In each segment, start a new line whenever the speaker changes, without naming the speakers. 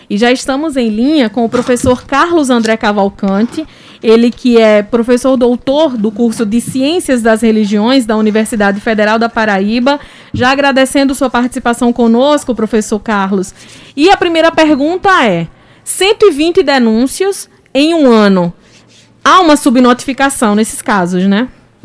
E já estamos em linha com o professor Carlos André Cavalcante, ele que é professor doutor do curso de Ciências das Religiões da Universidade Federal da Paraíba. Já agradecendo sua participação conosco, professor Carlos. E a primeira pergunta é: 120 denúncias em um ano. Há uma subnotificação nesses casos, né?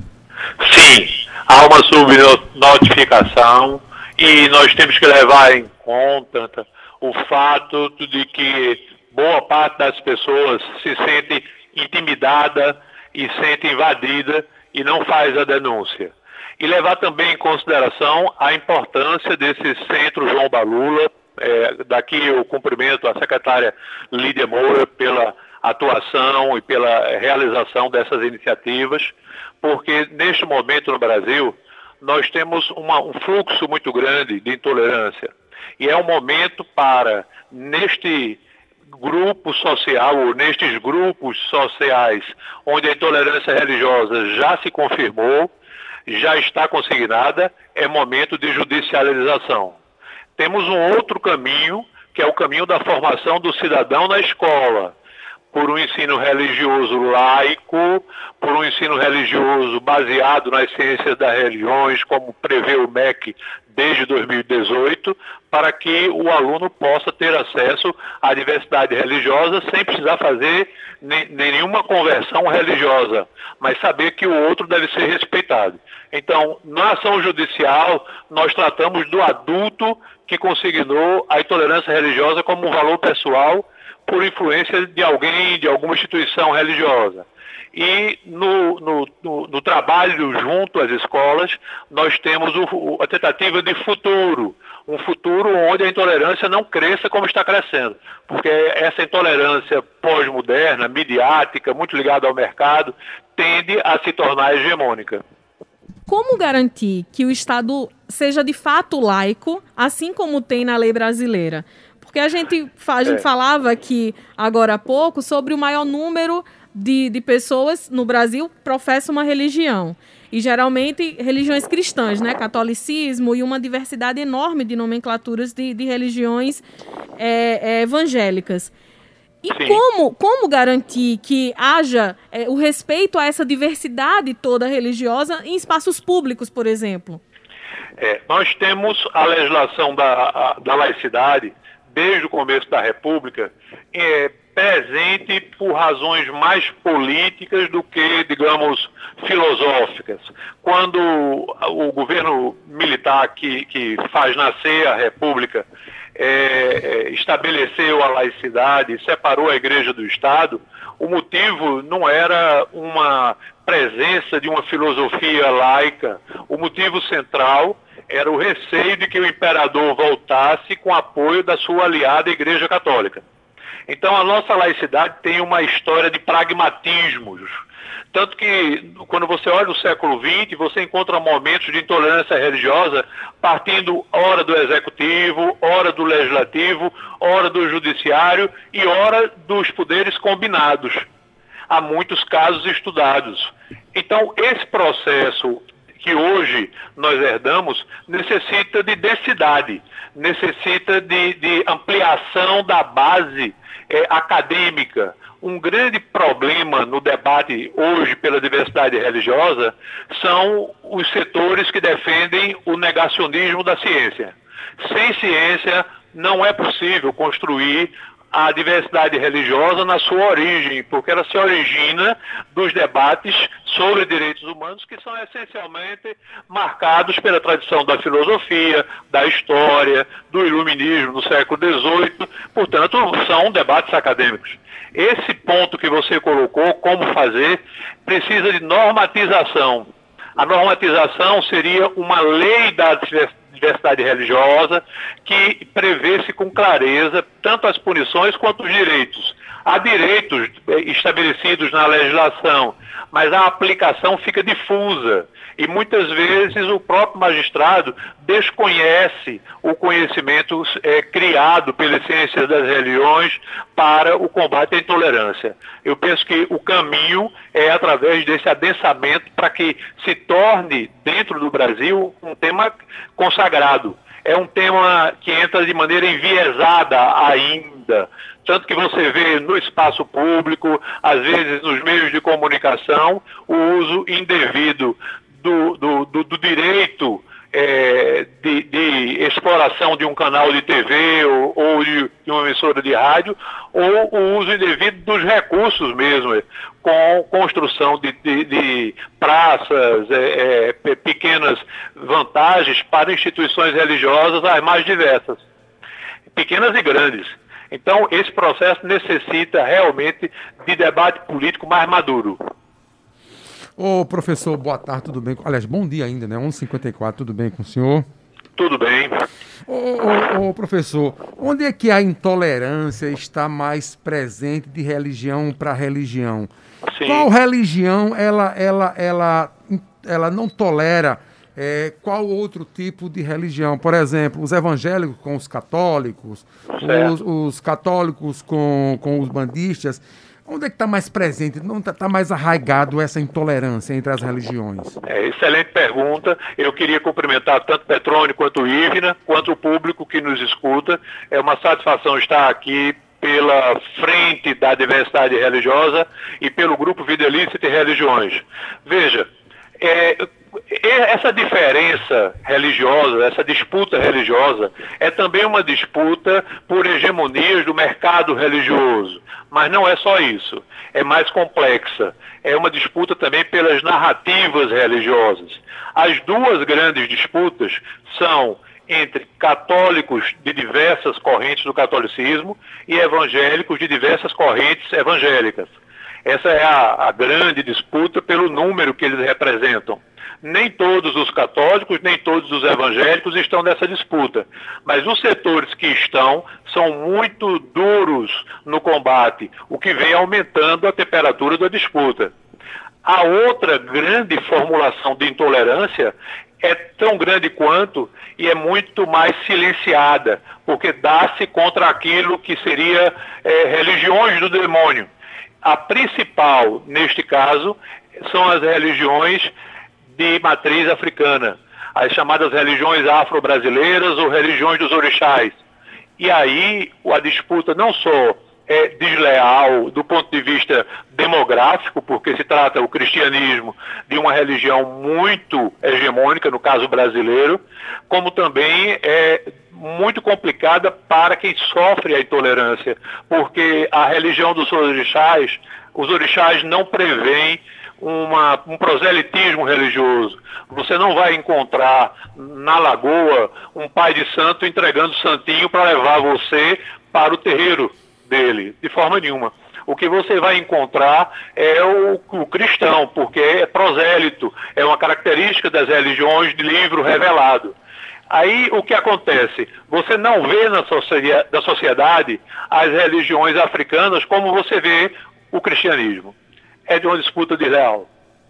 Sim, há uma subnotificação e nós temos que levar em conta o fato de que boa parte das pessoas se sente intimidada e sente invadida e não faz a denúncia. E levar também em consideração a importância desse Centro João Balula. Daqui eu cumprimento a secretária Lídia Moura pela atuação e pela realização dessas iniciativas, porque neste momento no Brasil nós temos um fluxo muito grande de intolerância e é um momento para, neste grupo social, ou nestes grupos sociais onde a intolerância religiosa já se confirmou, já está consignada, é momento de judicialização. Temos um outro caminho, que é o caminho da formação do cidadão na escola, por um ensino religioso laico, por um ensino religioso baseado nas ciências das religiões, como prevê o MEC desde 2018, para que o aluno possa ter acesso à diversidade religiosa sem precisar fazer nenhuma conversão religiosa, mas saber que o outro deve ser respeitado. Então, na ação judicial, nós tratamos do adulto que consignou a intolerância religiosa como um valor pessoal por influência de alguém, de alguma instituição religiosa. E no trabalho junto às escolas, nós temos a tentativa de futuro, um futuro onde a intolerância não cresça como está crescendo, porque essa intolerância pós-moderna, midiática, muito ligada ao mercado, tende a se tornar hegemônica.
Como garantir que o Estado seja de fato laico, assim como tem na lei brasileira? Porque a gente falava aqui, agora há pouco, sobre o maior número de pessoas no Brasil professam uma religião. E geralmente religiões cristãs, né? Catolicismo e uma diversidade enorme de nomenclaturas de religiões evangélicas. E como garantir que haja o respeito a essa diversidade toda religiosa em espaços públicos, por exemplo?
Nós temos a legislação da laicidade, desde o começo da República, presente por razões mais políticas do que, digamos, filosóficas. Quando o governo militar que faz nascer a República estabeleceu a laicidade, separou a Igreja do Estado, o motivo não era uma presença de uma filosofia laica. O motivo central era o receio de que o imperador voltasse com apoio da sua aliada Igreja Católica. Então a nossa laicidade tem uma história de pragmatismos. Tanto que, quando você olha o século XX, você encontra momentos de intolerância religiosa partindo ora do executivo, ora do legislativo, ora do judiciário e ora dos poderes combinados. Há muitos casos estudados. Então, esse processo que hoje nós herdamos necessita de densidade, necessita de ampliação da base acadêmica. Um grande problema no debate hoje pela diversidade religiosa são os setores que defendem o negacionismo da ciência. Sem ciência não é possível construir a diversidade religiosa na sua origem, porque ela se origina dos debates sobre direitos humanos que são essencialmente marcados pela tradição da filosofia, da história, do iluminismo no século XVIII, portanto, são debates acadêmicos. Esse ponto que você colocou, como fazer, precisa de normatização. A normatização seria uma lei da diversidade religiosa que prevesse com clareza tanto as punições quanto os direitos. Há direitos estabelecidos na legislação, mas a aplicação fica difusa e muitas vezes o próprio magistrado desconhece o conhecimento criado pelas ciências das religiões para o combate à intolerância. Eu penso que o caminho é através desse adensamento para que se torne, dentro do Brasil, um tema consagrado. é um tema que entra de maneira enviesada ainda. Tanto que você vê no espaço público, às vezes nos meios de comunicação, o uso indevido do direito de exploração de um canal de TV ou de uma emissora de rádio, ou o uso indevido dos recursos mesmo, com construção de praças, pequenas vantagens para instituições religiosas as mais diversas, pequenas e grandes. Então, esse processo necessita realmente de debate político mais maduro.
Ô, professor, boa tarde, tudo bem? Aliás, bom dia ainda, né? 11h54, tudo bem com o senhor?
Tudo bem.
Ô, professor, onde é que a intolerância está mais presente de religião para religião? Sim. Qual religião ela não tolera qual outro tipo de religião? Por exemplo, os evangélicos com os católicos, os católicos com os bandistas. Onde é que está mais presente, não está mais arraigado essa intolerância entre as religiões?
Excelente pergunta. Eu queria cumprimentar tanto Petrônio quanto o Ivna, quanto o público que nos escuta. É uma satisfação estar aqui pela frente da diversidade religiosa e pelo Grupo Vida Ilícita e Religiões. Veja, essa diferença religiosa, essa disputa religiosa, é também uma disputa por hegemonias do mercado religioso. Mas não é só isso, é mais complexa. É uma disputa também pelas narrativas religiosas. As duas grandes disputas são entre católicos de diversas correntes do catolicismo e evangélicos de diversas correntes evangélicas. Essa é a grande disputa pelo número que eles representam. Nem todos os católicos, nem todos os evangélicos estão nessa disputa. Mas os setores que estão são muito duros no combate, o que vem aumentando a temperatura da disputa. A outra grande formulação de intolerância é tão grande quanto e é muito mais silenciada, porque dá-se contra aquilo que seria religiões do demônio. A principal, neste caso, são as religiões de matriz africana, as chamadas religiões afro-brasileiras ou religiões dos orixás. E aí a disputa não só é desleal do ponto de vista demográfico, porque se trata o cristianismo de uma religião muito hegemônica, no caso brasileiro, como também é muito complicada para quem sofre a intolerância, porque a religião dos orixás, os orixás não prevêem um proselitismo religioso. Você não vai encontrar na Lagoa um pai de santo entregando santinho para levar você para o terreiro dele, de forma nenhuma. O que você vai encontrar é o cristão, porque é prosélito, é uma característica das religiões de livro revelado. Aí o que acontece? Você não vê na sociedade as religiões africanas como você vê o cristianismo. É de uma disputa desleal.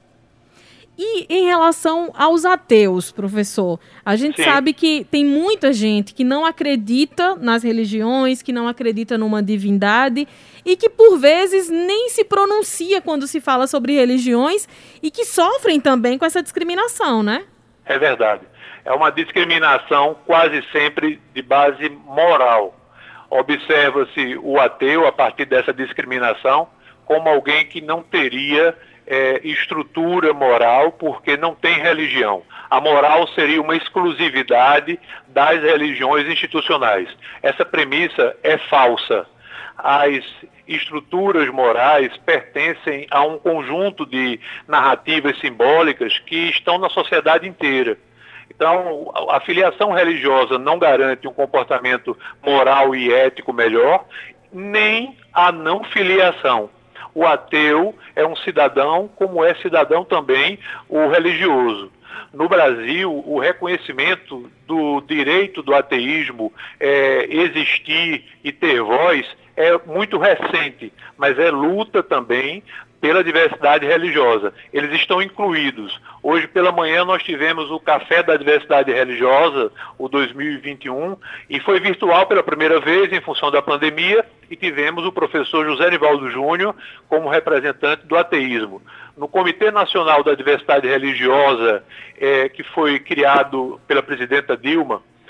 E em relação aos ateus, professor, a gente sabe que tem muita gente que não acredita nas religiões, que não acredita numa divindade e que, por vezes, nem se pronuncia quando se fala sobre religiões e que sofrem também com essa discriminação, né?
É verdade. É uma discriminação quase sempre de base moral. Observa-se o ateu, a partir dessa discriminação, como alguém que não teria estrutura moral porque não tem religião. A moral seria uma exclusividade das religiões institucionais. Essa premissa é falsa. As estruturas morais pertencem a um conjunto de narrativas simbólicas que estão na sociedade inteira. Então, a filiação religiosa não garante um comportamento moral e ético melhor, nem a não filiação. O ateu é um cidadão, como é cidadão também o religioso. No Brasil, o reconhecimento do direito do ateísmo existir e ter voz é muito recente, mas é luta também pela diversidade religiosa. Eles estão incluídos. Hoje pela manhã nós tivemos o Café da Diversidade Religiosa, o 2021, e foi virtual pela primeira vez em função da pandemia, e tivemos o professor José Nivaldo Júnior como representante do ateísmo. No Comitê Nacional da Diversidade Religiosa, que foi criado pela presidenta Dilma,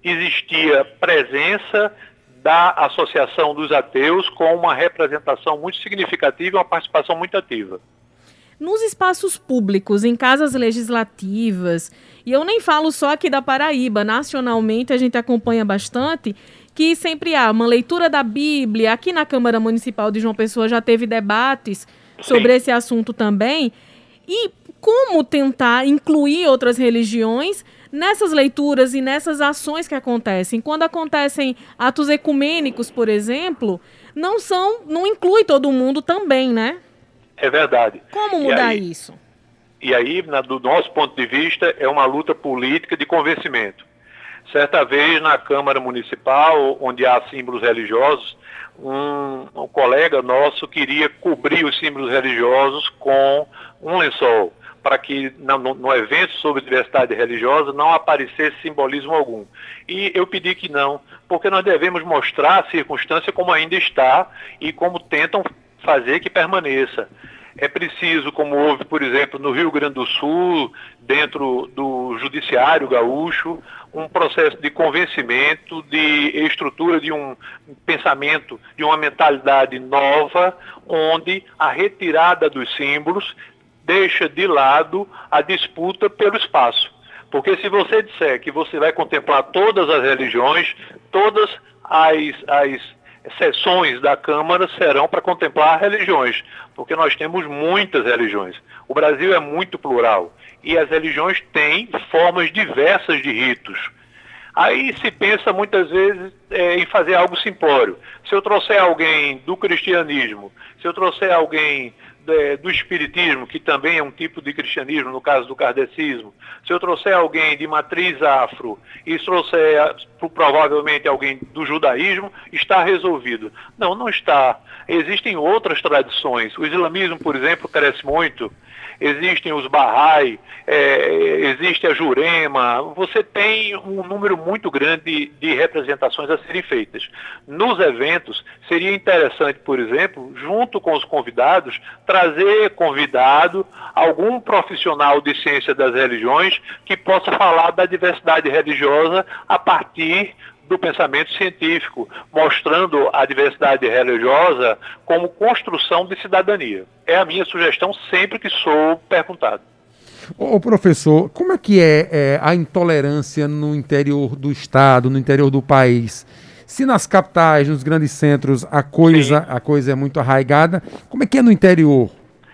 existia presença da Associação dos Ateus com uma representação muito significativa e uma participação muito ativa.
Nos espaços públicos, em casas legislativas, e eu nem falo só aqui da Paraíba, nacionalmente a gente acompanha bastante, que sempre há uma leitura da Bíblia. Aqui na Câmara Municipal de João Pessoa já teve debates sobre esse assunto também. E como tentar incluir outras religiões nessas leituras e nessas ações que acontecem. Quando acontecem atos ecumênicos, por exemplo, não inclui todo mundo também, né?
É verdade.
Como mudar isso?
E aí, do nosso ponto de vista, é uma luta política de convencimento. Certa vez, na Câmara Municipal, onde há símbolos religiosos, um colega nosso queria cobrir os símbolos religiosos com um lençol, para que no evento sobre diversidade religiosa não aparecesse simbolismo algum. E eu pedi que não, porque nós devemos mostrar a circunstância como ainda está e como tentam fazer que permaneça. É preciso, como houve, por exemplo, no Rio Grande do Sul, dentro do Judiciário Gaúcho, um processo de convencimento, de estrutura de um pensamento, de uma mentalidade nova, onde a retirada dos símbolos deixa de lado a disputa pelo espaço. Porque se você disser que você vai contemplar todas as religiões, todas as sessões da Câmara serão para contemplar religiões, porque nós temos muitas religiões. O Brasil é muito plural e as religiões têm formas diversas de ritos. Aí se pensa muitas vezes em fazer algo simplório. Se eu trouxer alguém do cristianismo, se eu trouxer alguém do espiritismo, que também é um tipo de cristianismo, no caso do kardecismo, se eu trouxer alguém de matriz afro e trouxer provavelmente alguém do judaísmo, está resolvido. Não, não está. Existem outras tradições. O islamismo, por exemplo, cresce muito. Existem os Bahá'í, existe a Jurema. Você tem um número muito grande de representações a serem feitas. Nos eventos, seria interessante, por exemplo, junto com os convidados, trazer convidado algum profissional de ciência das religiões que possa falar da diversidade religiosa a partir do pensamento científico, mostrando a diversidade religiosa como construção de cidadania. É a minha sugestão sempre que sou perguntado.
Ô professor, como é que é a intolerância no interior do estado, no interior do país? Se nas capitais, nos grandes centros, a coisa é muito arraigada, como é que é no interior?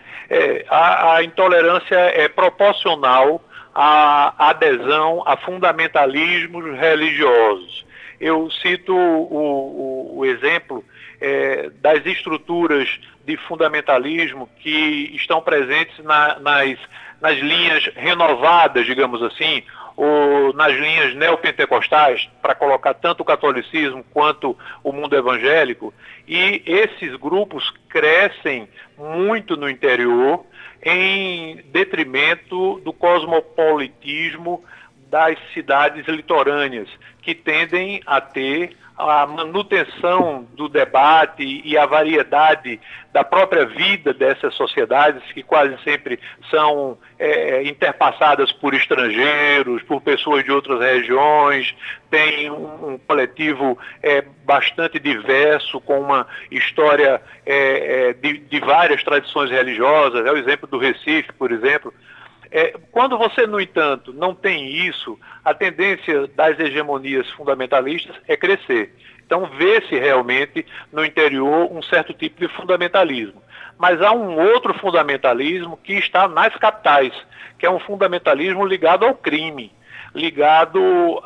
A intolerância é proporcional à adesão a fundamentalismos religiosos. Eu cito o exemplo das estruturas de fundamentalismo que estão presentes nas linhas renovadas, digamos assim, ou nas linhas neopentecostais, para colocar tanto o catolicismo quanto o mundo evangélico, e esses grupos crescem muito no interior em detrimento do cosmopolitismo das cidades litorâneas, que tendem a ter a manutenção do debate e a variedade da própria vida dessas sociedades, que quase sempre são interpassadas por estrangeiros, por pessoas de outras regiões, tem um coletivo bastante diverso, com uma história de várias tradições religiosas. É o exemplo do Recife, por exemplo. Quando você, no entanto, não tem isso, a tendência das hegemonias fundamentalistas é crescer. Então, vê-se realmente no interior um certo tipo de fundamentalismo. Mas há um outro fundamentalismo que está nas capitais, que é um fundamentalismo ligado ao crime, ligado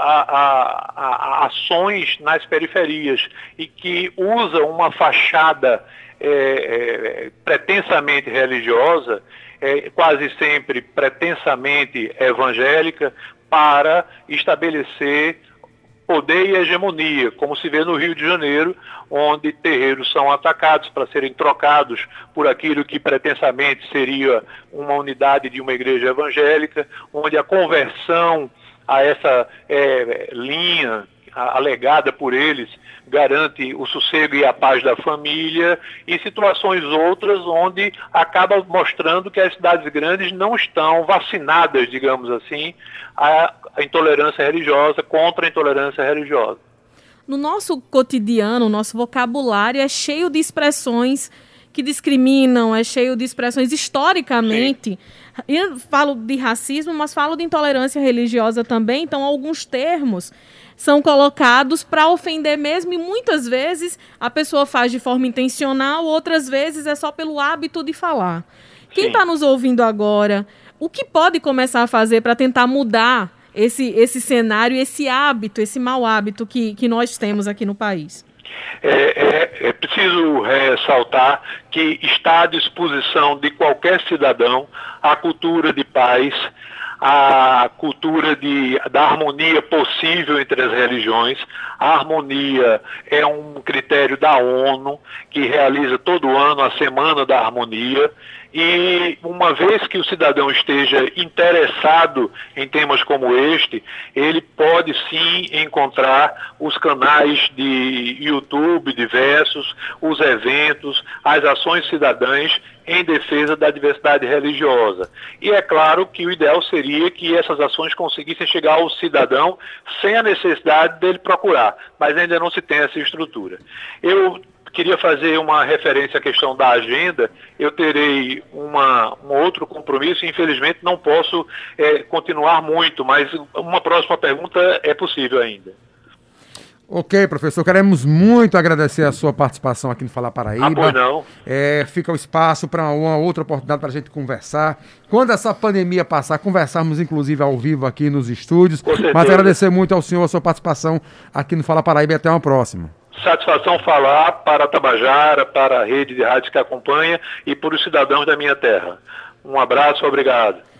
a ações nas periferias e que usa uma fachada pretensamente religiosa, quase sempre pretensamente evangélica, para estabelecer poder e hegemonia, como se vê no Rio de Janeiro, onde terreiros são atacados para serem trocados por aquilo que pretensamente seria uma unidade de uma igreja evangélica, onde a conversão a essa linha alegada por eles garante o sossego e a paz da família, e situações outras onde acaba mostrando que as cidades grandes não estão vacinadas, digamos assim, à intolerância religiosa, contra a intolerância religiosa.
No nosso cotidiano, o nosso vocabulário é cheio de expressões que discriminam, é cheio de expressões historicamente. Sim. Eu falo de racismo, mas falo de intolerância religiosa também, então alguns termos são colocados para ofender mesmo, e muitas vezes a pessoa faz de forma intencional, outras vezes é só pelo hábito de falar. Quem está nos ouvindo agora, o que pode começar a fazer para tentar mudar esse cenário, esse hábito, esse mau hábito que nós temos aqui no país?
É preciso ressaltar que está à disposição de qualquer cidadão a cultura de paz, a cultura da harmonia possível entre as religiões. A harmonia é um critério da ONU, que realiza todo ano a Semana da Harmonia, e uma vez que o cidadão esteja interessado em temas como este, ele pode sim encontrar os canais de YouTube diversos, os eventos, as ações cidadãs em defesa da diversidade religiosa. E é claro que o ideal seria que essas ações conseguissem chegar ao cidadão sem a necessidade dele procurar, mas ainda não se tem essa estrutura. Eu queria fazer uma referência à questão da agenda. Eu terei um outro compromisso, infelizmente não posso continuar muito, mas uma próxima pergunta é possível ainda.
Ok, professor, queremos muito agradecer a sua participação aqui no Fala Paraíba.
Pois não.
Fica o espaço para uma outra oportunidade para a gente conversar. Quando essa pandemia passar, conversarmos inclusive ao vivo aqui nos estúdios. Mas agradecer muito ao senhor a sua participação aqui no Fala Paraíba e até uma próxima.
Satisfação falar para a Tabajara, para a rede de rádios que acompanha e para os cidadãos da minha terra. Um abraço, obrigado.